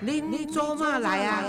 恁做嘛来啊？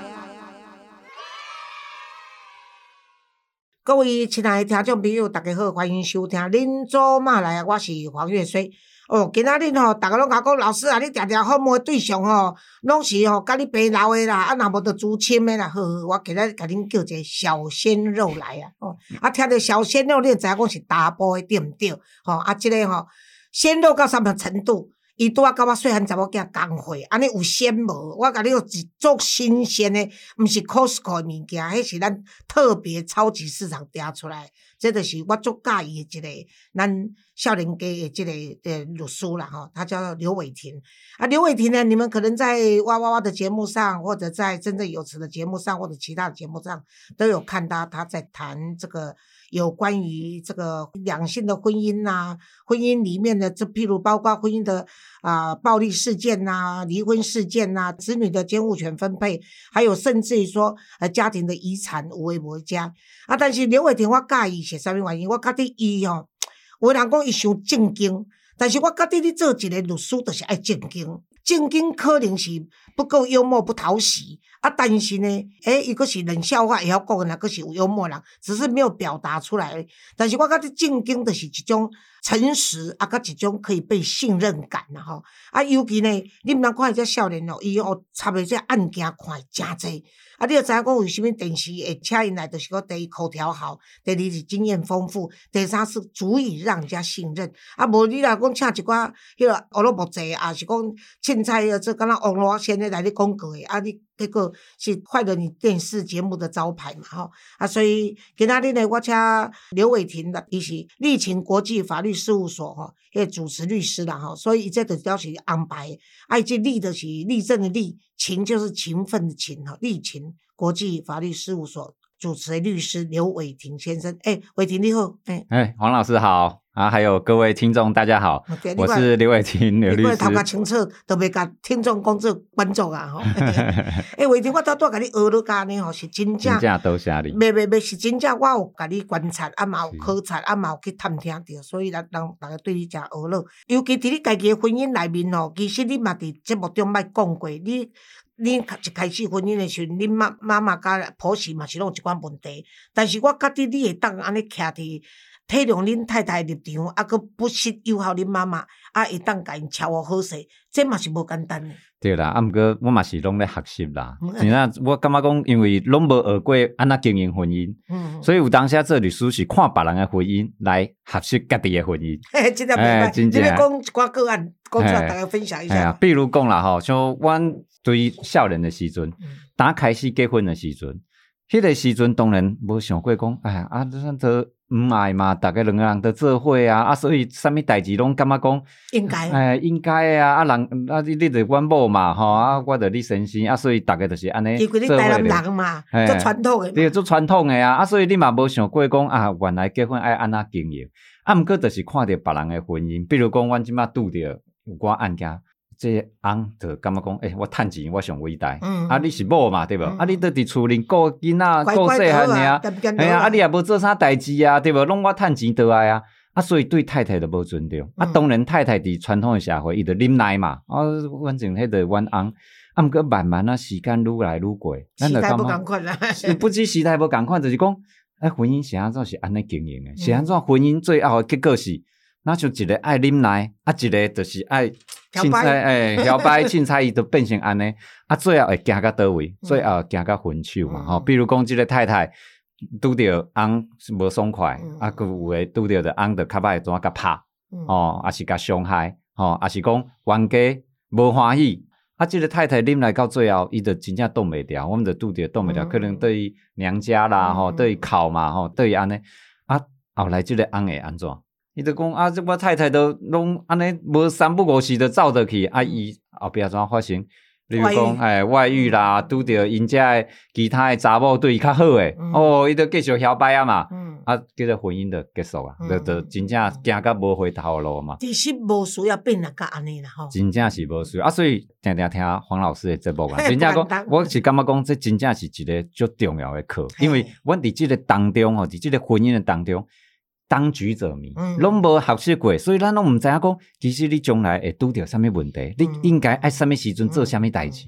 各位亲爱的听众朋友，大家好，欢迎收听《恁做嘛来啊》，我是黄月水。今仔日大家拢甲讲，老师啊，你常常访问的对象拢是甲你爸老的啦，若无就祖亲的啦。好，我今仔日甲恁叫一个小鲜肉来啊。听到小鲜肉，你就知影讲是查甫的对毋对？这个鲜肉到什么程度？伊拄仔甲我细汉查某囝同岁，安尼有鲜无？我甲你有一足新鲜的，毋是 Costco 的物件，迄是咱特别超级市场订出来。这就是我足介意的一个咱少年家的这个律师啦他叫刘伟霆。刘伟霆呢，你们可能在哇哇哇的节目上，或者在真正有词的节目上，或者其他的节目上都有看到他在谈这个有关于这个两性的婚姻啊，婚姻里面的譬如包括婚姻的暴力事件啊，离婚事件啊，子女的监护权分配，还有甚至于说家庭的遗产有诶无加但是刘伟霆我介意是啥物原因？我觉得伊有的人讲伊伤正经，但是我觉得你做一个律师就是爱正经。正经可能是不够幽默不讨喜但是呢伊还是冷笑话会晓讲的，还是有幽默人，只是没有表达出来。但是我觉得正经就是一种诚实甲一种可以被信任感尤其呢你毋通看这少年伊插的这案件看真济你就知影讲为什么电视会请因来，就是讲第一口条好，第二是经验丰富，第三是足以让人家信任无你若讲请一寡迄个乌鲁木齐是讲凊彩这敢若王罗先来你广告的你结果是坏了你电视节目的招牌嘛所以今仔日呢，我请刘伟霆的，伊是立勤国际法律事务所迄主持律师啦所以伊这就叫是安排伊这立的是立正的立，勤就是勤奋的勤立勤国际法律事务所主持的律师刘伟霆先生。伟霆你好。 黄老师好还有各位听众大家好，我是刘伟霆刘律师。 你头壳清楚都袂甲听众讲做观众伟霆我拄甲你学了甲呢是真正多谢你。 袂是真正我有甲你观察嘛有考察嘛有去探听到，所以大家对你真学了。尤其伫你家己的婚姻内面其实你嘛伫节目中捌讲过，你一开始婚姻的时候，恁妈妈甲婆媳嘛是拢有一寡问题，但是我觉得你会当安尼徛伫体谅恁太太的立场，佫不失友好恁妈妈会当甲因瞧好好势，这嘛是无简单的。 对啦毋过我嘛是拢咧学习啦真正我感觉讲因为拢无学过安怎经营婚姻所以有当时做律师是看别人的婚姻来学习家己的婚姻真的明白。你要讲一寡个案讲出来大家分享一下比如讲啦像阮对少年的时阵刚开始结婚的时阵迄个时阵当然无想过讲咱都毋爱嘛，大家两个人都做伙所以啥物代志拢感觉讲应该人你就阮某嘛我就你先生所以大家就是安尼做伙的。 台南人嘛，做传统的嘛， 对，做传统的所以你嘛无想过讲原来结婚爱安怎经营毋过就是看到别人的婚姻，比如讲阮即马拄着有寡案件。这翁就感觉讲我趁钱我上伟大你是某嘛对无你都伫厝里顾囡仔顾细汉尔你也无做啥代志对无拢我趁钱倒来所以对太太就无尊重当然太太伫传统的社会伊就忍耐嘛反正迄就阮翁毋过慢慢时间愈来愈过时代不同款啦不止时代无同款就是讲婚姻是安怎是安尼经营的是安怎婚姻最后的结果是那就一个爱忍耐一个就是爱凊彩摇摆凊彩伊就变成安尼最后会行到倒位最后行到分手嘛比如讲即个太太拄着翁无爽快佮有诶拄着的翁就较歹怎甲拍还是甲伤害还是讲冤家无欢喜即个太太忍来到最后伊就真正挡袂牢我们就拄着挡袂牢可能对伊娘家啦对伊哭嘛对伊安尼后来即个翁会安怎伊就讲这我太太都拢安尼无三不五时就走倒去伊后壁怎发生例如讲外遇啦拄着因遮的其他的查某对伊较好诶伊就继续摇摆嘛叫做婚姻就结束就真正行到无回头路嘛其实无需要变甲安尼啦真正是无需要所以常常听黄老师的节目真正讲我是感觉讲这真正是一个足重要的课因为阮伫即个当中伫即个婚姻的当中当局者迷拢无学习过所以咱拢毋知影讲其实你将来会拄着啥物问题你应该爱啥物时阵做啥物代志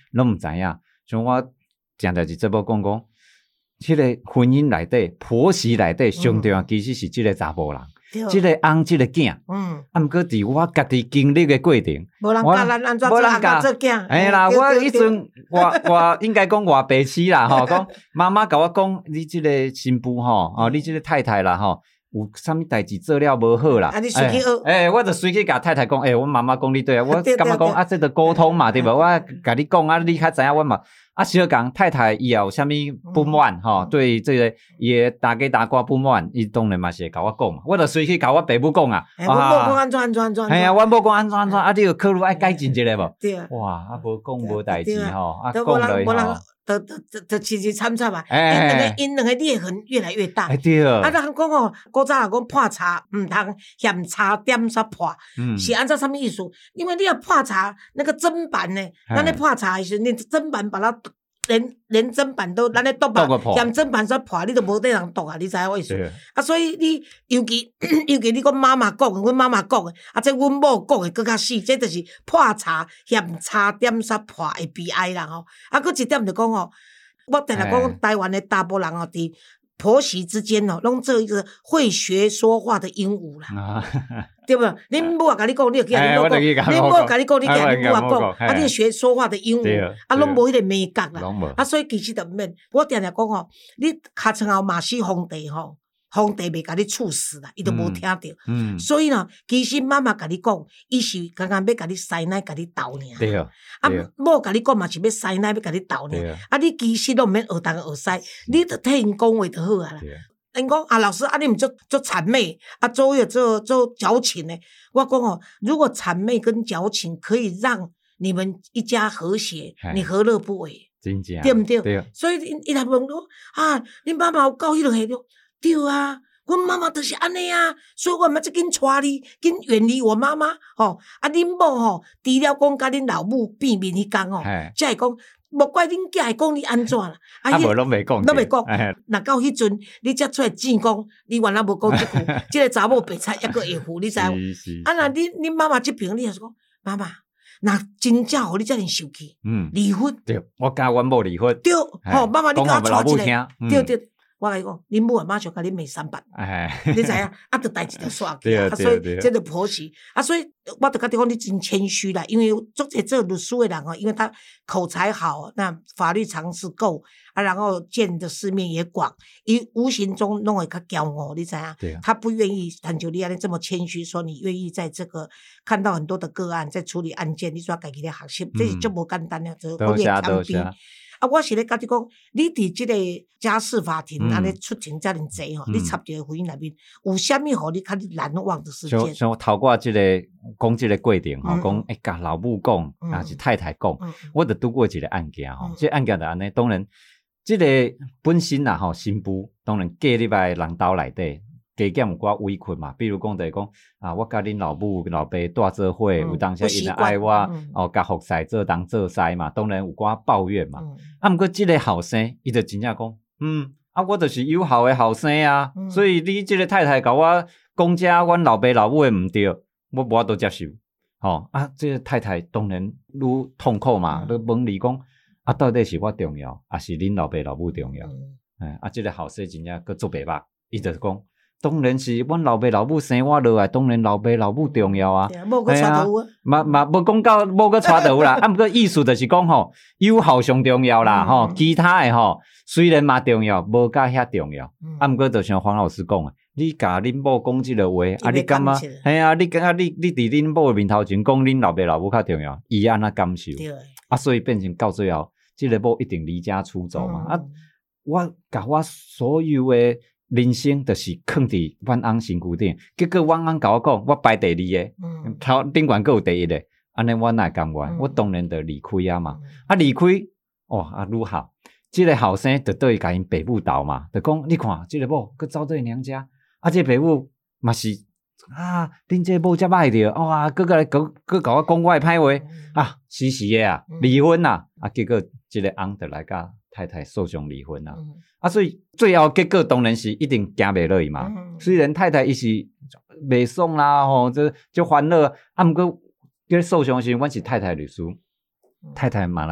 拢毋知影。像我常在一节目讲，即个婚姻内底，婆媳内底上重要其实是即个查某人。即个翁，即个囝，毋过伫我家己经历的过程， 无人教咱安怎做翁做囝。 哎啦，我迄阵我应该讲我白痴啦吼，讲妈妈甲我讲，你即个新妇吼，你即个太太啦吼，有啥物代志做了无好啦？ 你随去学。我就随去甲太太讲，我妈妈讲你对啊，我感觉讲这个沟通嘛，对无？我甲你讲你较知影，我嘛。小讲太太伊有啥物不满吼，对这个伊诶大家大寡不满，伊当然嘛是会甲我讲嘛，我就随去甲我爸母讲啊。 我某讲安怎， 哎呀，我某讲安怎，你有考虑爱改进一下无？ 对。 哇，无讲无代志吼，讲落吼。就凄凄惨惨嘛，因两个裂痕越来越大。 对。 咱讲吼，古早人讲破茶毋通嫌茶点煞破，是按照什么意思？因为你要破茶那个砧板呢，咱咧破茶的时候，你砧板把它连砧板都咱咧剁吧，嫌砧板煞破，你就无得人剁啊！你知影我意思？所以你尤其你讲妈妈讲的，阮妈妈讲的，这阮某讲的更较死，这就是破茶嫌茶点煞破的悲哀啦吼。佫一点就讲吼，我定来讲台湾的大部分人哦，伫婆媳之间哦，拢做一个会学说话的鹦鹉啦。对不？恁母也甲你讲，你就去恁母讲；恁母甲你讲，你去恁母也讲。你学说话的鹦鹉，拢无迄个美感啦。所以其实就毋免。我定定讲吼，你尻川后骂死皇帝吼，皇帝袂甲你处死啦，伊都无听到。所以呢，其实妈妈甲你讲，伊是刚刚要甲你塞奶，甲你斗尔。 对啊。 某甲你讲嘛是要塞奶，要甲你斗尔。你其实拢毋免学东学西，你就替因讲话就好啊啦。因讲老师你们做谄媚做矫情呢？我讲哦，如果谄媚跟矫情可以让你们一家和谐，你何乐不为？ 真正对不对？ 对。 所以伊来问我恁妈妈有到迄落下着？对啊，阮妈妈就是安尼啊，所以我嘛要紧带你，紧远离我妈妈吼。恁某吼，除了讲甲恁老母变面迄天吼，才会讲。莫怪恁囝会讲你安怎啦， 无拢袂讲， 若到迄阵，你才出来证讲，你原来无讲即句，即个查某白菜抑个会负，你知？若恁妈妈即边，你也是讲妈妈，若真正互你遮尔受气，离婚。 对，我甲阮某离婚。 对，吼，妈妈你甲我带一个，对。我甲你讲，恁母马上甲你骂300，你知影？着代志着煞去所以这就婆媳所以我着甲你讲，你真谦虚啦，因为做这做律师的人因为他口才好，那法律常识够然后见的世面也广，伊无形中弄会较骄傲，你知影？他不愿意像你安尼这么谦虚，说你愿意在这个看到很多的个案，在处理案件，你说家己咧学习，这是足无简单的，这我也强逼。我是咧甲你讲，你伫即个家事法庭安尼出庭遮尔济吼，你插一个婚姻内面，有啥物互你较难忘的事件？ 像透过即个讲即个过程吼，讲甲老母讲，还是太太讲，我著拄过一个案件吼，即案件就安尼，当然，即个本身啦吼，新妇当然嫁入来人兜内底。加减有寡委屈嘛，比如讲就是讲我甲恁老母老爸住做伙，有当时因爱我甲服侍做东做西嘛，当然有寡抱怨嘛。毋过即个后生，伊就真正讲，我就是有效的后生啊，所以你即个太太甲我讲遮阮老爸老母的毋对，我无法度接受。即个太太当然愈痛苦嘛，你问你讲到底是我重要，还是恁老爸老母重要？即个后生真正佫做白目，伊就讲。当然是阮老爸老母生我落来，当然老爸老母重要啊。 无个带头嘛无讲到无个带头啦。毋过意思就是讲吼，有效上重要啦吼，其他的吼虽然嘛重要，无甲遐重要。毋过就像黄老师讲你甲恁某讲即个话，你感觉？你感觉你伫恁某面头前讲恁老爸老母较重要，伊安怎感受？所以变成到最后，即个某一定离家出走嘛。我甲我所有的。人生就是放伫阮翁身躯顶，结果阮翁甲我讲，我排第2个，头顶悬佫有第1个，安尼我哪甘愿？我当然就离开嘛。离开，愈好。即个后生就倒去甲因爸母斗嘛，就讲你看，即个某佫走到娘家，即个爸母嘛是恁这某遮歹着，佫甲我讲我的歹话时时的离婚结果即个翁就来甲太太诉讼离婚所以最后结果当然是一定行袂落去嘛。虽然太太伊是袂爽啦吼，就欢乐毋过叫诉讼时，阮是太太律师，太太嘛来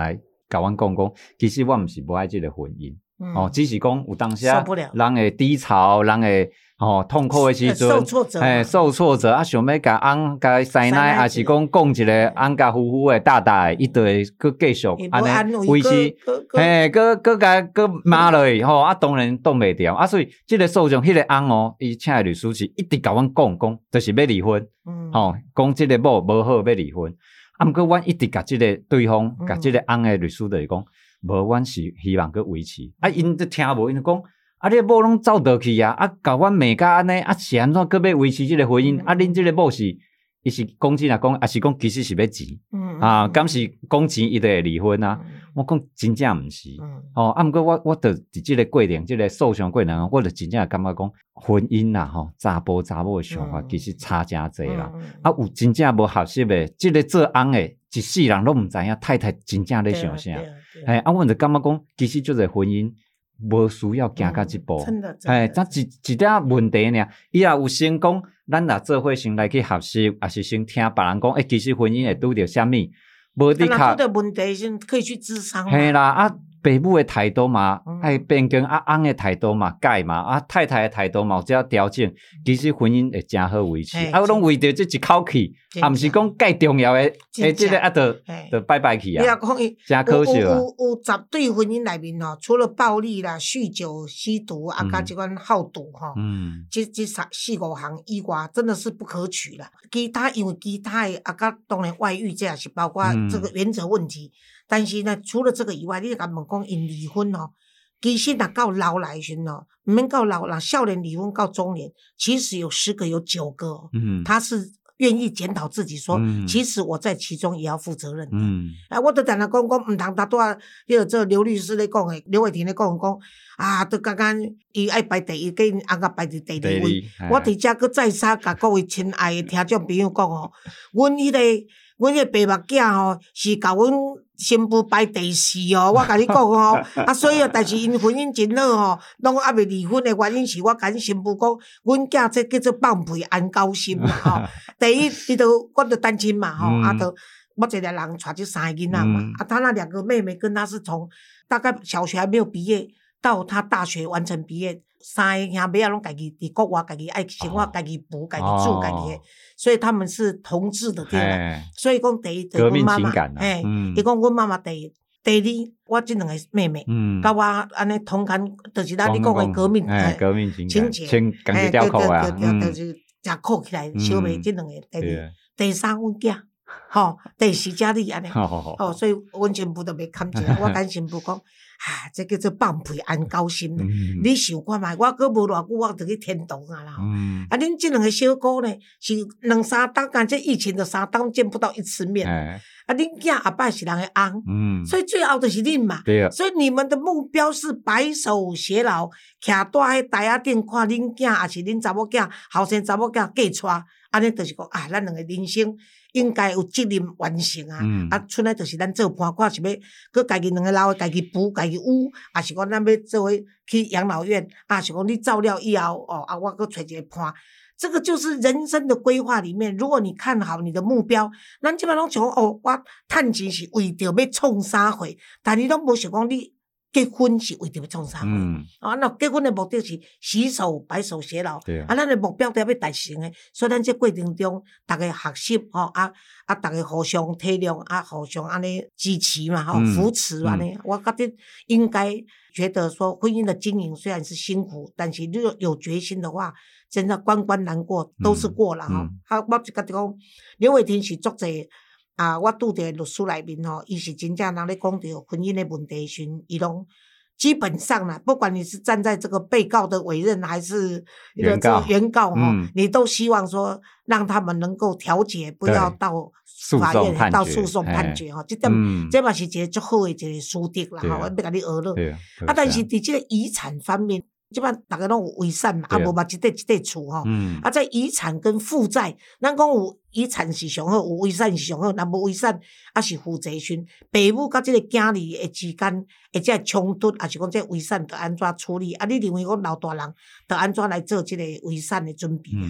甲阮讲，其实我毋是无爱即个婚姻，只是讲有当时受不了人会低潮，人会痛苦的时阵，受挫折啊，想要甲翁甲师奶，也是讲一个翁甲夫妇的大大，伊就会佫继续安尼维持，佫甲佫骂落去啊，当然挡袂牢啊，所以即个诉讼，迄个翁伊请的律师是一直甲阮讲，就是要离婚，讲即个某无好要离婚，啊，毋过阮一直甲即个对方，甲即个翁的律师就是讲，无，阮是希望佫维持，啊，因就听无，因就讲。啊！你某拢走倒去啊！啊，甲阮骂甲安尼，啊是安怎佫要维持即个婚姻？啊，恁即个某是，伊是讲真啊讲，啊是讲其实是要钱，敢是讲钱伊就会离婚啊？我讲真正毋是，啊，毋过我著伫即个过程，即个诉讼过程，我著真正感觉讲婚姻啦，查甫的想法其实差诚侪啦。啊，有真正无合适的，即个做翁的，一世人拢毋知影太太真正咧想啥。啊，阮就感觉讲，其实即个婚姻。无需要行到即步，咱一点问题尔，伊也有先讲，咱若做伙先来去学习，也是先听别人讲，其实婚姻会拄着啥物，无伫较拄着问题先可以去咨商。 嘿啦，啊，爸母的态度嘛，爱变更，啊，翁的态度嘛改嘛，啊，太太的态度嘛有只调整，其实婚姻会真好维持。啊，我拢为着即一口气，啊，毋是讲介重要的，即个啊，就拜拜去啊。 你若讲真可惜啊。 有10对婚姻内面除了暴力啦、酗酒、吸毒啊，甲即款好赌这4-5项以外，真的是不可取啦。因为其他的甲当然外遇，这也是包括这个原则问题。但是呢，除了这个以外，你甲问讲因离婚其实若到老来时毋免到老啦，少年离婚到中年，其实有10个有9个他是愿意检讨自己说，其实我在其中也要负责任的。我都常常讲毋通他拄啊，迄个刘律师咧讲的，刘伟霆咧讲啊，都刚刚伊爱排第一，跟因翁甲排伫第2位。我伫遮佫再三甲各位亲爱的听众朋友讲阮迄个爸目囝是甲阮新妇排第4我甲你讲啊，所以但是因婚姻真好拢还未离婚的原因是我甲恁新妇讲，阮囝这叫做放屁安高心啦第一，我就单亲嘛啊，我一个人带这3个囡仔嘛，他那2个妹妹跟他是从大概小学还没有毕业到他大学完成毕业，3个兄妹拢家己伫国外，家己爱生活，家己补，家己煮，家己的，所以他们是同志的对啦。所以讲第一， 革命情感啦，伊讲阮妈妈第一，第2，我这2个妹妹，甲我安尼同感，就是咱你讲的革命情节， 家己吊苦啊， 就是食苦起来，小妹这2个第3，阮囝。第4家里安尼，所以阮新妇都袂堪一下。我甲新妇讲，这叫做放屁安高心。你想看觅，我搁无偌久，我就去天堂啊啦。恁这2个小姑呢，是2-3档，干这疫情的3档见不到1次面。恁囝后摆是人的翁，所以最后就是恁嘛。所以你们的目标是白首偕老，徛住迄台仔顶看恁囝，也是恁查某囝、后生查某囝嫁娶，安尼就是讲咱2个人生。应该有责任完成剩来就是咱做伴，看是要佮家己2个老的家己补家己有，还是讲咱要做伙去养老院，是讲你走了以后我佮找一个伴。这个就是人生的规划里面，如果你看好你的目标，咱即摆拢想我趁钱是为着要创啥货，但你拢无想讲你结婚是为着要创啥货。那结婚的目的是白首偕老，咱的目标都要达成的，所以咱这过程中大家学习大家互相体谅互相安尼支持嘛扶持安尼。我觉得应该觉得说婚姻的经营虽然是辛苦，但是如果有决心的话，真的关关难过都是过了我就觉得讲刘伟霆是足侪我拄着律师内面伊是真正人咧讲到婚姻的问题时，伊拢基本上啦，不管你是站在这个被告的委任还是原告你都希望说让他们能够调解，不要到法院到诉讼判决这嘛是一个足好的一个师德啦我要甲你学了但是伫这个遗产方面，即摆大家拢有遗产嘛，无嘛一块厝在遗产跟负债，咱讲有遗产是上好，有遗产是上好，若无遗产是负债时，爸母甲即个囝儿的之间或者冲突，还是讲这遗产着安怎处理？你认为讲老大人着安怎来做即个遗产的准备？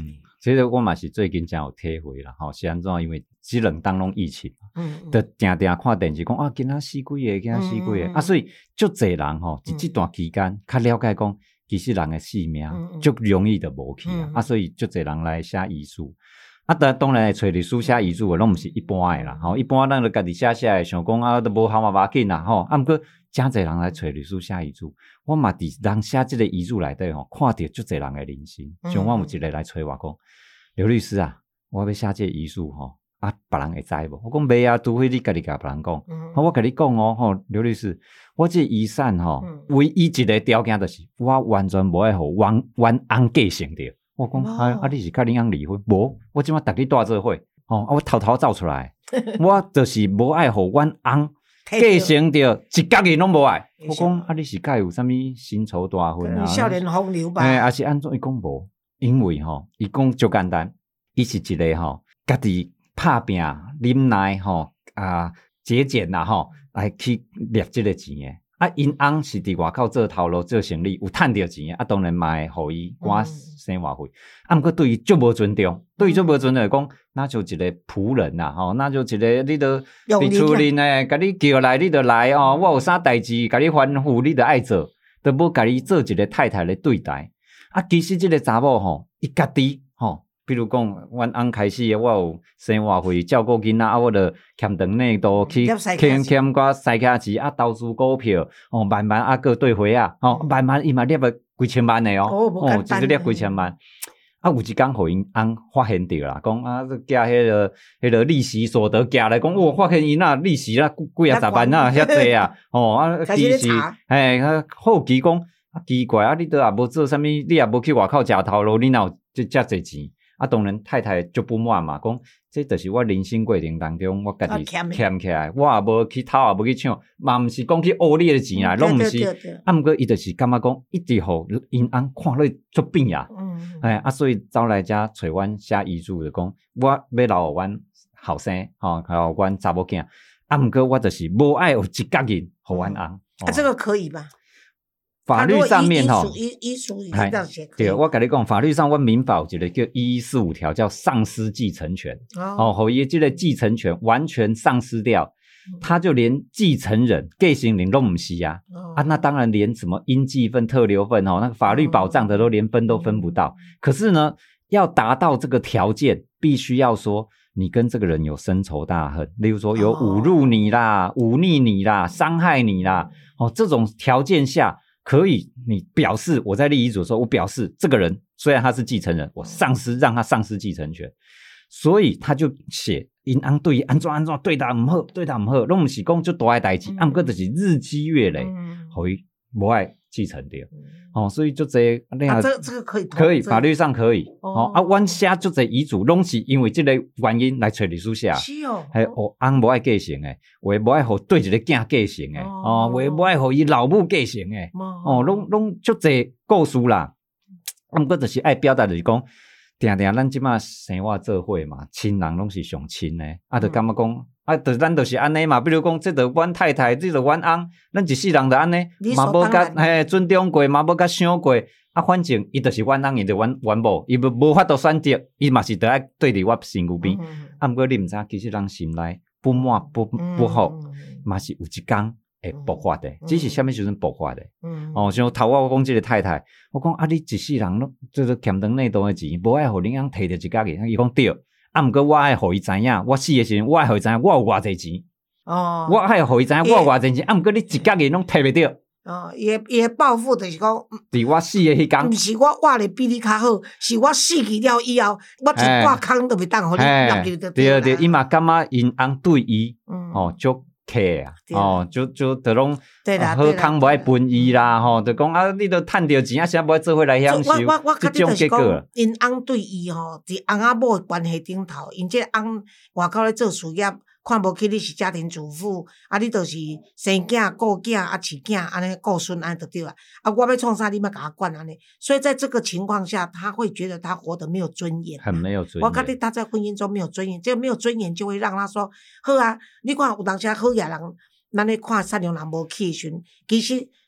其实我嘛是最近才有体会啦，吼，是安怎？因为这2当拢疫情嘛，就定定看电视讲啊，今仔死几个，今仔死几个，啊，所以足侪人吼，伫这段期间较了解讲，其实人的性命足容易就无去啊，所以足侪人来写遗书。啊，当然找律师写遗嘱的，拢毋是一般的啦。吼，一般咱就家己写，想讲啊，都无效嘛，无要紧啦。吼，啊，毋过真侪人来找律师写遗嘱，我嘛伫人写即个遗嘱内底吼，看到足侪人的人生。像我有一个来找我讲，刘律师啊，我要写这个遗嘱吼，啊，别人会知无？我讲袂啊，除非你家己甲别人讲。我甲你讲哦，吼，刘律师，我这遗产吼，唯一一个条件就是我完全无爱互阮翁继承着。我讲你是甲恁翁离婚？无，我即摆逐日住做伙，我偷偷走出来，我就是无爱互阮翁继承着，一角银拢无爱。我讲你是甲有啥物新仇大恨啊？ 少年风流吧？ 还是安怎？伊讲无，因为伊讲足简单，伊是一个家己拍拼忍耐节俭啦来去掠即个钱诶。啊，因翁是伫外口做头路做生意，有趁着钱啊，当然嘛会互伊赶生活费。啊，毋过对伊足无尊重，对伊足无尊重，讲那就一个仆人啦，那就一个你都伫厝里呢，甲你叫来你就来哦，我有啥代志甲你吩咐，你就爱做，都无甲你做一个太太来对待。啊，其实即个查某伊家己比如讲，阮翁开始我有生活费照顾囡仔，啊，我就欠长内度去欠我塞卡钱啊，投资股票，慢慢啊个兑回啊，慢慢伊嘛捏了几千万的一直捏几千万。啊，有一天互因翁发现着啦，讲啊，寄迄个利息所得寄来讲，发现因利息几啊十万遐济啊，其实好奇讲奇怪啊，你都也无做啥物，你也无去外口食头路，你哪有遮济钱？啊，当然太太就不满嘛，讲这就是我人生过程当中我家己欠起来，我也无去偷，也无去抢，嘛毋是讲去讹你的钱啦，拢毋是。啊，毋过伊就是感觉讲一直互因翁看落足变啊，所以走来遮找阮写遗嘱就讲，我要留互阮后生，留互阮查某囝。啊，毋过我就是无爱有一角银互阮翁。 这个可以吧？ 法律上面遗属这样写可以。 对，我跟你讲，法律上阮民法有一个叫1145条，叫丧失继承权。互伊这个继承权完全丧失掉，他就连继承人、继承人都不是啊。那当然连什么应继分、特留分那个法律保障的都连分都分不到。可是呢，要达到这个条件，必须要说你跟这个人有深仇大恨，例如说有侮辱你啦、忤逆你啦、伤害你啦，这种条件下。可以，你表示我在立遗嘱的时候，我表示这个人虽然他是继承人，我让他丧失继承权，所以他就写因翁对安怎对他唔好，拢唔是讲就大的代志，不过就是日积月累，互伊无爱继承掉。所以就这个可以，法律上可以。阮写就这遗嘱，拢是因为这个原因来找律师写。 是哦。 翁无爱继承诶，话无爱互对一个囝继承诶，话无爱互伊老母继承诶，拢就这故事啦。不过就是爱表达就是讲，定咱即马生活做伙嘛，亲人拢是上亲诶，就感觉讲。咱就是安尼嘛，比如讲，这就阮太太，这就阮翁，咱一世人就安尼，嘛无甲尊重过，嘛无甲想过，反正伊就是阮翁，伊就阮某，伊无法度选择，伊嘛是得爱对伫我身躯边。不过你毋知，其实人心内不满不好，嘛是有一天会爆发的。只是啥物时阵爆发的？像头我讲这个太太，我讲你一世人拢就是欠长内度的钱，无爱互恁翁摕着一角银，伊讲对。毋过我爱互伊知影，我死诶时阵，我爱互伊知影，我有偌济钱。我爱互伊知影，我有偌济钱。毋过你一角银拢摕袂着。 伊诶报复就是讲， 伫我死诶迄天， 毋是我活得比你较好，是我死去了以后，我一挂空都袂当互你入去就对啦。 对，伊嘛感觉因翁对伊，足客啊，就都拢好康无爱分伊啦，就讲你都趁着钱啥无爱做伙来享受， 我这种结果。 因翁对伊伫翁仔某关系顶头，因这翁外口咧做事业，看无起你是家庭主妇，你就是生囝顾囝饲囝安尼顾孙安就对了。我要创啥你莫甲我管安尼。所以在这个情况下，他会觉得他活得没有尊严， 很没有尊严。 我觉得他在婚姻中没有尊严，这个没有尊严就会让他说好啊。你看有当时好野人，咱咧看善良人无气的时阵，其实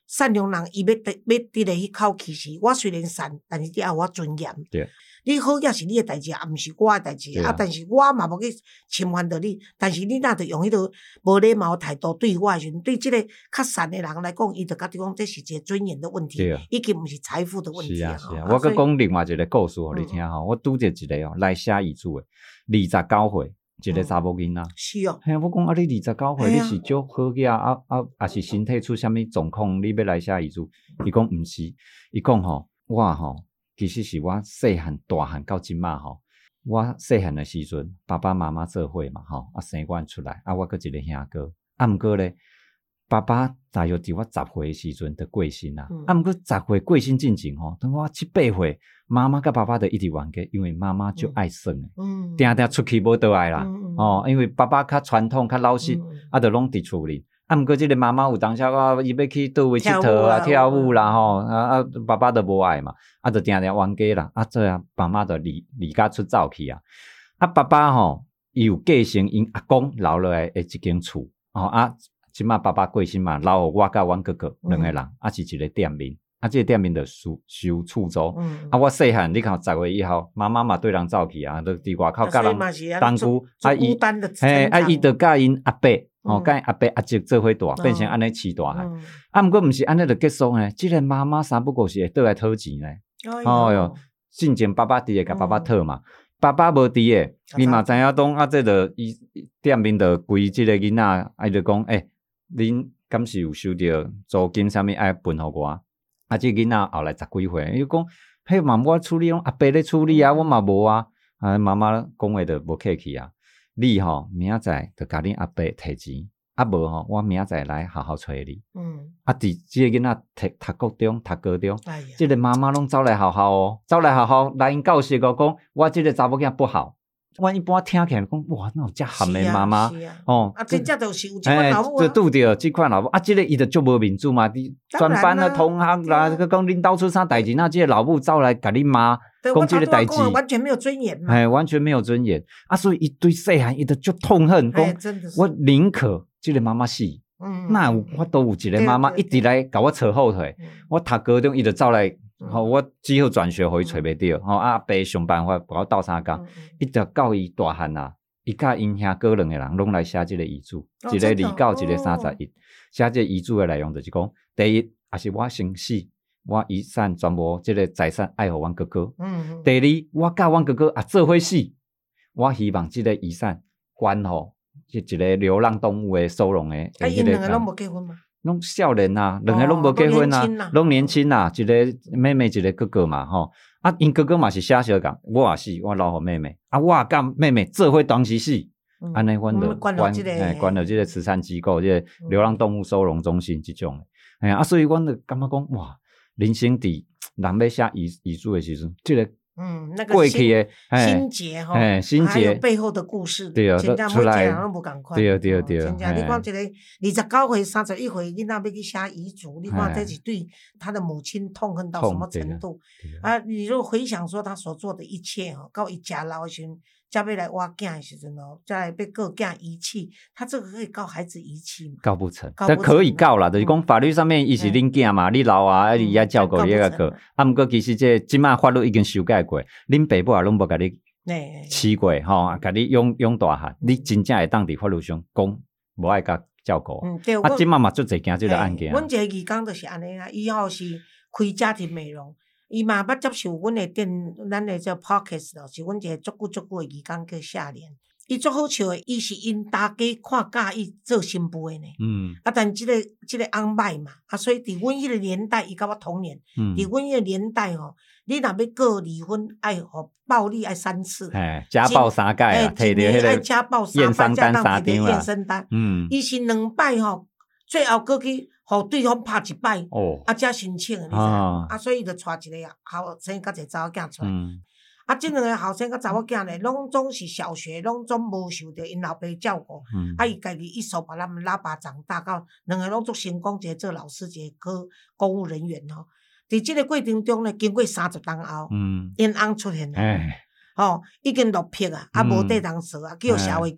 善良人伊要伫咧迄口气时，我虽然善，但是你要有我尊严。 对。 你好也是你诶代志，也毋是我诶代志啊。但是我嘛无去侵犯着你，但是你若着用迄个无礼貌诶态度对我诶时阵，对即个较善诶人来讲，伊着觉得讲这是一个尊严的问题，已经毋是财富的问题啊。 是啊，我佮讲另外一个故事互你听吼，我拄着一个来写遗嘱诶，29岁。一个查某囡仔， 是哦。 嘿，我讲啊，你29岁，你是足好个也是身体出啥物状况，你要来写遗嘱？伊讲毋是，伊讲吼，我吼，其实是我细汉大汉到即马吼，我细汉诶时阵，爸爸妈妈做伙嘛吼，生阮出来，我佮一个兄哥，毋过咧，爸爸大约伫我10岁诶时阵就过身啦，毋过10岁过身进前吼，等我7、8岁。妈妈甲爸爸就一直冤家，因为妈妈就爱耍诶，定定出去无倒来啦。因为爸爸较传统、较老实，就拢伫厝里。毋过即个妈妈有当时伊要去倒位佚佗啊、跳舞啦吼，爸爸就无爱嘛，就定定冤家啦。做爸妈就离家出走去啊。爸爸吼，伊有继承因阿公留落来诶一间厝，即马爸爸过身嘛，留互我甲阮哥哥两个人，是一个店面。这个店面就收厝租。我细汉，你看10岁以后，妈妈嘛对人走去啊，就伫外口甲人同居。伊就甲因阿伯，甲因阿伯阿叔做伙大，变成安尼饲大汉。毋过毋是安尼就结束呢，即个妈妈三不五时会倒来讨钱呢。哟，进前爸爸伫诶，甲爸爸讨嘛，爸爸无伫诶，伊嘛知影讲这个伊店面就归即个囡仔，伊就讲恁敢是有收着租金啥物爱分互我？这囡仔后来10几岁，伊讲，迄嘛我处理，阿伯咧处理啊，我嘛无啊。妈妈讲话就无客气啊。你吼明仔载就甲恁阿伯摕钱，无吼，我明仔载来好好找你。伫即个囡仔读国中、读高中，即个妈妈拢走来好好哦，走来好好来因教室讲，我即个查某囝不好。阮一般听起来讲，哇，那有遮含的妈妈真正就是有即款老母啊， 就拄着即款老母即个伊就足无面子嘛，全班的同学啦，讲恁兜出啥代志，那即个老母走来甲你骂，讲即个代志， 完全没有尊严嘛， 完全没有尊严所以伊对细汉伊就足痛恨，讲我宁可即个妈妈死，那我都有一个妈妈一直来甲我扯后腿，我读高中伊就走来。我只好转学，互伊找袂着。阿伯想办法把我斗相共，一直到伊大汉啊，伊甲因兄哥两个人拢来写即个遗嘱，一个29，一个31。写即个遗嘱的内容就是讲，第一，也是我先死，我遗产全部即个财产爱互阮哥哥。第二，我甲阮哥哥也做伙死，我希望即个遗产捐互一个流浪动物的收容的。 因两个拢无结婚吗？ 拢少年啊，两个拢无结婚啊，拢年轻啊，一个妹妹，一个哥哥嘛，吼。因哥哥嘛是写小共，我也是，我留互妹妹。我甲妹妹做伙同时死，安尼阮就管了即个慈善机构，即个流浪动物收容中心即种诶。所以阮就感觉讲，哇，人生伫人要写遗嘱的时阵，即个。 那个心结哈，还有背后的故事， 对啊， 出来人拢无共款， 对， 真正你看一个29岁、31岁囡仔要去写遗嘱，你看这是对他的母亲痛恨到什么程度你如果回想说他所做的一切到伊食老的时阵，才要来挖囝的时阵再来要告囝遗弃，他这个可以告孩子遗弃吗？ 告不成，但可以告啦，就是讲法律上面伊是恁囝嘛，你老啊，你也照顾你个个，毋过其实即摆法律已经修改过，恁爸母也拢无甲你饲过甲你养大汉，你真正会当伫法律上讲无爱甲照顾。即摆嘛足侪惊即个案件。 阮一个义工就是安尼啦，伊是开家庭美容。伊嘛捌接受阮的咱的这 podcast 是阮一个足久的义工叫夏莲，伊足好笑的，伊是因大家看教伊做新妇的呢。但即个翁歹嘛，所以伫阮迄个年代，伊甲我同年，伫阮迄个年代你若要告离婚，爱暴力爱3次， 家暴3届啊，摕着迄个家暴验伤单3张验身单，伊是2摆最后过去，互对方拍1摆，才申请的，你知？所以伊就带一个后生甲一个查某囝出来。这两个后生甲查某囝呢，拢总是小学，拢总无受到因老爸照顾。伊家己一手把他们拉拔长大，到两个拢做成功，一个做老师，一个公务人员伫这个过程中呢，经过30年后，因翁出现了，已经落魄啊，无地通说啊，叫社会局。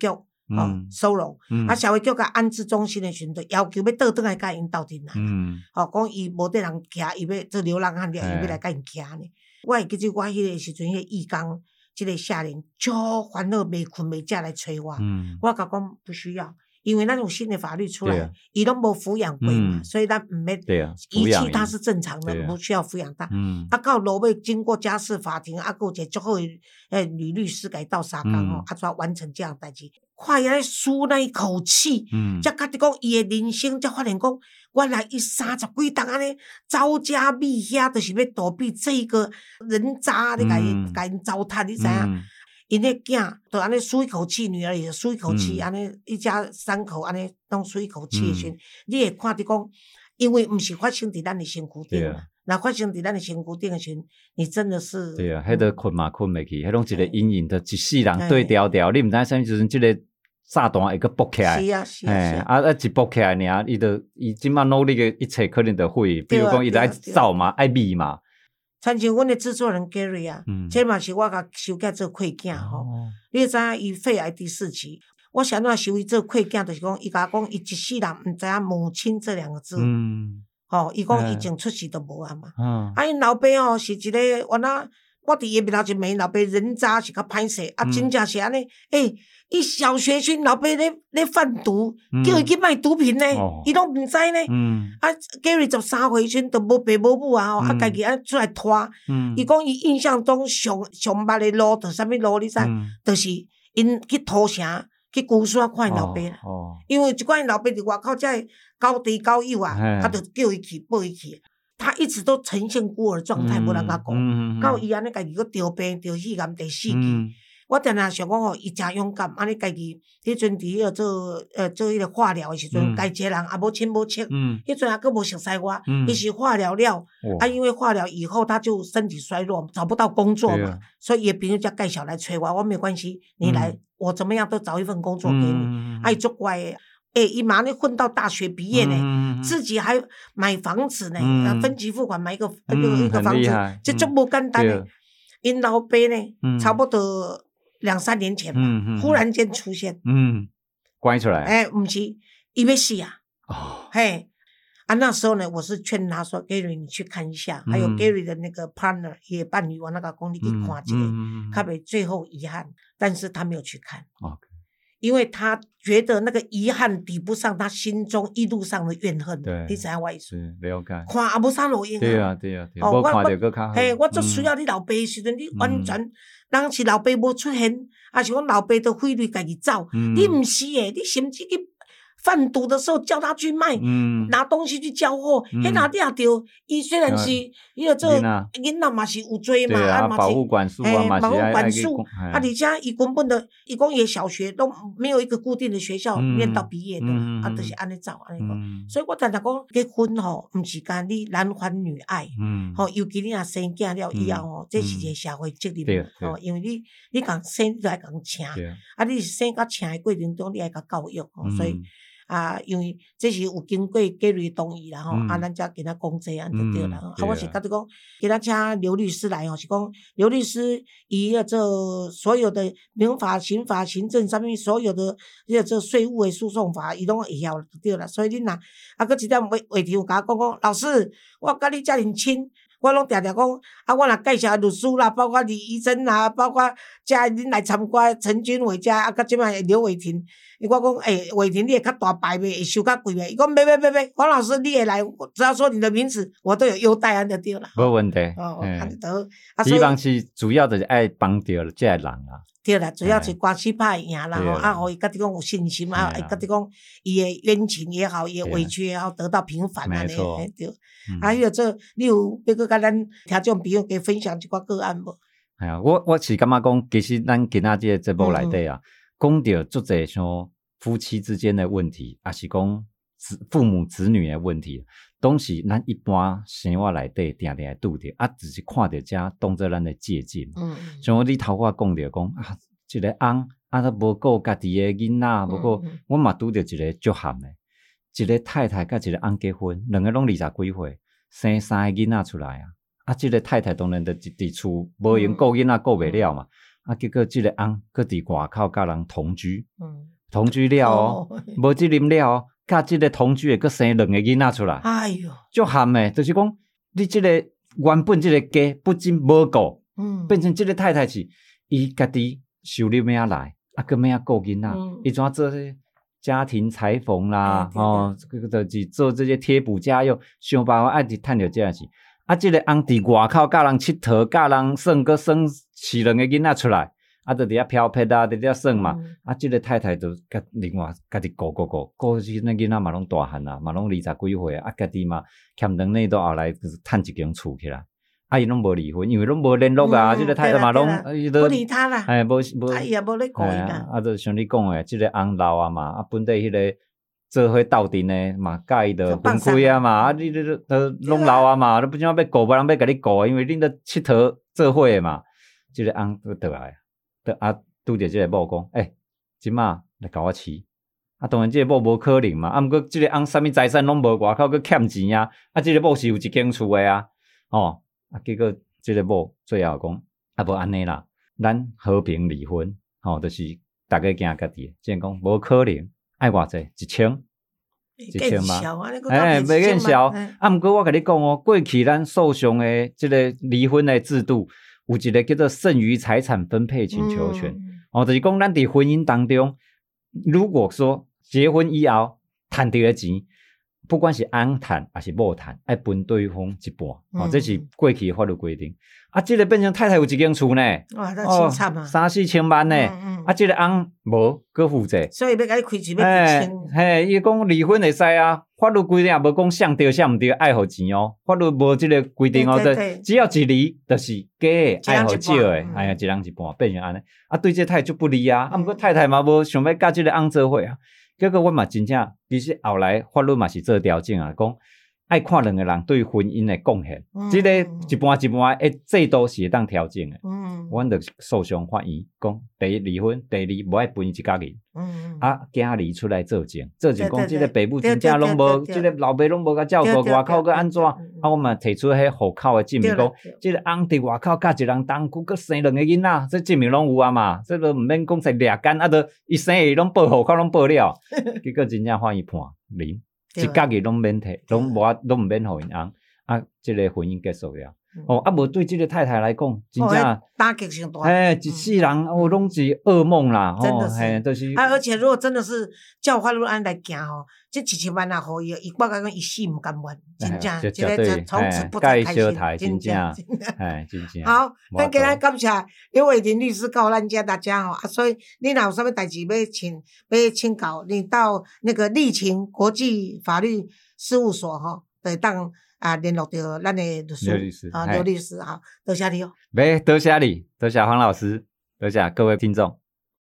收容，社会局甲安置中心的时阵，就要求要倒转来甲因斗阵来，讲伊无得人徛，伊要做流浪汉了，伊要来甲因徛呢。我会记住我迄个时阵，迄个义工，即个夏令足烦恼，袂困袂食来催我，我甲讲不需要。因为那种新的法律出来，伊拢无抚养过嘛，所以咱唔要遗弃他是正常的，不需要抚养他。到落尾经过家事法庭，还有一个足好的女律师给到沙冈才完成这样代志。看伊咧舒那一口气，才觉得讲伊的人生，才发现讲，原来伊30几档安尼招家觅遐，就是要躲避这个人渣，你甲伊糟蹋，你知影？因迄囝就安尼舒一口气，女儿也舒一口气，安尼一家3口安尼拢舒一口气的时阵，你会看得讲，因为毋是发生伫咱的身躯顶嘛，若发生伫咱的身躯顶的时阵，你真的是对啊，迄个困嘛困袂去，迄拢一个阴影，就一世人对调调，你毋知啥物时阵，即个炸弹会佫爆起来， 是啊是啊， 一爆起来尔，伊即摆努力的一切可能就毁，比如讲伊爱走嘛，爱美嘛。 参像阮的制作人 Gary 啊，这嘛是我甲收起做契囝吼。你知影伊肺癌第4期，我想要收伊做契囝，就是讲伊甲我讲，伊一世人毋知影母亲这2个字。伊讲以前出世都无啊嘛。因老爸吼是一个原来我伫伊面头前骂因老爸人渣是较歹势，真正是安尼。伊小学时老爸咧贩毒，叫伊去卖毒品呢，伊拢毋知呢。Gary 13岁时阵都无爸无母啊，家己安出来拖。伊讲伊印象中上捌的路，就啥物路你知？就是因去土城去孤山看因老爸啦。因为一寡因老爸伫外口才高低高幼啊，就叫伊去抱伊去。他一直都呈现孤儿状态，无人甲讲。到伊安尼家己佫得病得肺癌第4期。我定定想讲伊真勇敢，安尼家己迄阵伫迄个做迄个化疗的时阵，家己一个人也无亲无戚，迄阵也佫无熟悉我，伊是化疗了，因为化疗以后他就身体衰弱，找不到工作嘛，所以伊朋友才介绍来催我没有关系，你来，我怎么样都找一份工作给你。伊足乖的，伊马上混到大学毕业呢，自己还买房子呢，分期付款买一个房子，这足无简单的。因老爸呢，差不多2-3年前嘛，忽然间出现， 关出来， 不是，伊要死啊，那时候呢，我是劝他说 ，Gary 你去看一下，还有 Gary 的那个 partner 也伴侣，我那个讲你去看一下，他袂最后遗憾，但是他没有去看，因为他觉得那个遗憾抵不上他心中一路上的怨恨，你知影我意思？ 了解。 看也无啥路用啊。 对啊，无看到佫较好。 我最需要你老爸的时阵，你完全人是老爸无出现，还是讲老爸都费力家己走，你毋是诶，你甚至去贩毒的时候叫他去卖，拿东西去交货，迄哪抓着？伊虽然是伊个做囡仔嘛是有罪嘛， 保护管束啊嘛是保护管束，而且伊根本的，伊讲伊小学都没有一个固定的学校念到毕业的，就是安尼走安尼讲。所以我常常讲，结婚吼，毋是干你男欢女爱，尤其你若生囝了以后吼，这是一个社会责任，因为你共生你就爱共请，你是生甲请的过程中，你爱甲教育，所以。因为这是有经过 Gary 同意啦吼，咱才今仔讲这样就对啦。我是觉得讲，今仔请刘律师来吼，是讲刘律师伊要做所有的民法、刑法、行政上面所有的这税务的诉讼法，伊拢会晓就对啦。所以恁若佫一点话题有甲我讲，老师，我甲你遮尔亲。我拢常常讲，我若介绍律师啦，包括李医生啦，包括遮恁来参观陈君伟遮，甲即摆刘伟霆，我讲伟霆你会较大牌袂，会收较贵袂？伊讲别，黄老师你会来，只要说你的名字，我都有优待，安就对啦。 无问题。希望是主要就是爱帮到这个人啊。 对啦，主要是官司拍赢啦，互伊家己讲有信心啊，家己讲伊的冤情也好，伊的委屈也好，得到平反安尼，对。迄个做你有要搁甲咱听众朋友加分享一寡个案无？ 我是感觉讲，其实咱今仔这个节目内底啊，讲到足侪像夫妻之间的问题，还是讲父母子女的问题，拢是咱一般生活内底定定会拄着，只是看到遮当做咱的借鉴。像你头我讲着讲一个翁都无顾家己的囡仔，无顾我嘛拄着一个足憾的，一个太太甲一个翁结婚，2个拢20几岁，生3个囡仔出来这个太太当然就伫厝无用顾囡仔顾袂了嘛，结果这个翁搁伫外口甲人同居， 同居了哦，无即啉了哦，甲即个同居的佫生2个囡仔出来， 哎哟， 足含的，就是讲你即个原本即个家不仅无顾，变成即个太太是伊家己收入要来，佫要顾囡仔，伊怎做家庭裁缝啦，就是做这些贴补家用，想办法爱去趁着这钱。即个翁伫外口甲人佚佗，甲人耍，佫耍饲2个囡仔出来，就伫遐漂泊啊，伫遐耍嘛。即个太太就甲另外家己顾，即个囡仔嘛拢大汉啊，嘛拢20几岁啊，家己嘛欠2年都后来趁一间厝起来。伊拢无离婚，因为拢无联络啊。即个太太嘛拢不理他啦， 无， 伊也无咧顾伊啦。 就像你讲诶，即个翁老啊嘛，本地迄个做伙斗阵诶嘛，甲伊就分开啊嘛。你拢老啊嘛，都不知影要顾，无人要甲你顾，因为恁都佚佗做伙诶嘛。即个翁就倒来，拄着即个某讲，即马来甲我饲。当然即个某无可能嘛。毋过即个翁啥物财产拢无，外口佫欠钱啊。即个某是有一间厝诶啊，结果即个某最后讲，无安尼啦，咱和平离婚，就是大家行家己。即讲无可能，爱偌济？1000嘛，袂见效。毋过我甲你讲哦，过去咱诉讼诶，即个离婚诶制度，有一个叫做剩余财产分配请求权。就是讲咱伫婚姻当中，如果说结婚以后赚到诶钱，不管是翁趁还是某趁，爱分对方一半，这是过去法律规定。即个变成太太有一间厝呢， 哇，那凄惨啊 ！3、4千万呢，即个翁无佫负债， 所以要甲你开钱要1000。 伊讲离婚会使啊，法律规定也无讲谁对谁毋对，爱互钱哦，法律无即个规定哦，只要一离，就是假的，爱互少的，一人一半，变成安尼。对这太太就不离啊，毋过太太嘛无想要甲即个翁做伙啊。结果我嘛真正，其实后来法律嘛是做调整啊，讲爱看2个人对婚姻的贡献，即个一半的制度是会当调整的。阮就诉讼法院讲，第一离婚，第二无爱分一家人。囝儿出来做证讲即个爸母真正拢无，即个老爸拢无甲照顾，外口佫安怎？我嘛提出迄户口的证明，讲即个翁伫外口甲一人同居，佫生2个囡仔，这证明拢有啊嘛。这都毋免讲才掠干，就伊生伊拢报户口拢报了，结果真正法院判零，一家己拢免摕，拢毋免互因翁，即个婚姻结束了。无对即个太太来讲，真正打击性大。 一世人拢是噩梦啦。 真的是， 就是。 而且如果真的是照法律案来行这1000万啊，互伊，我感觉伊死毋甘愿，真正，这个从此不再开心，真正。 真正。 好，咱今日感谢刘伟霆律师教咱大家所以你若有啥物代志要请教，你到那个立勤国际法律事务所就会当联络到咱的律师刘律师多谢你哦。 多谢你，多谢黄老师，多谢各位听众。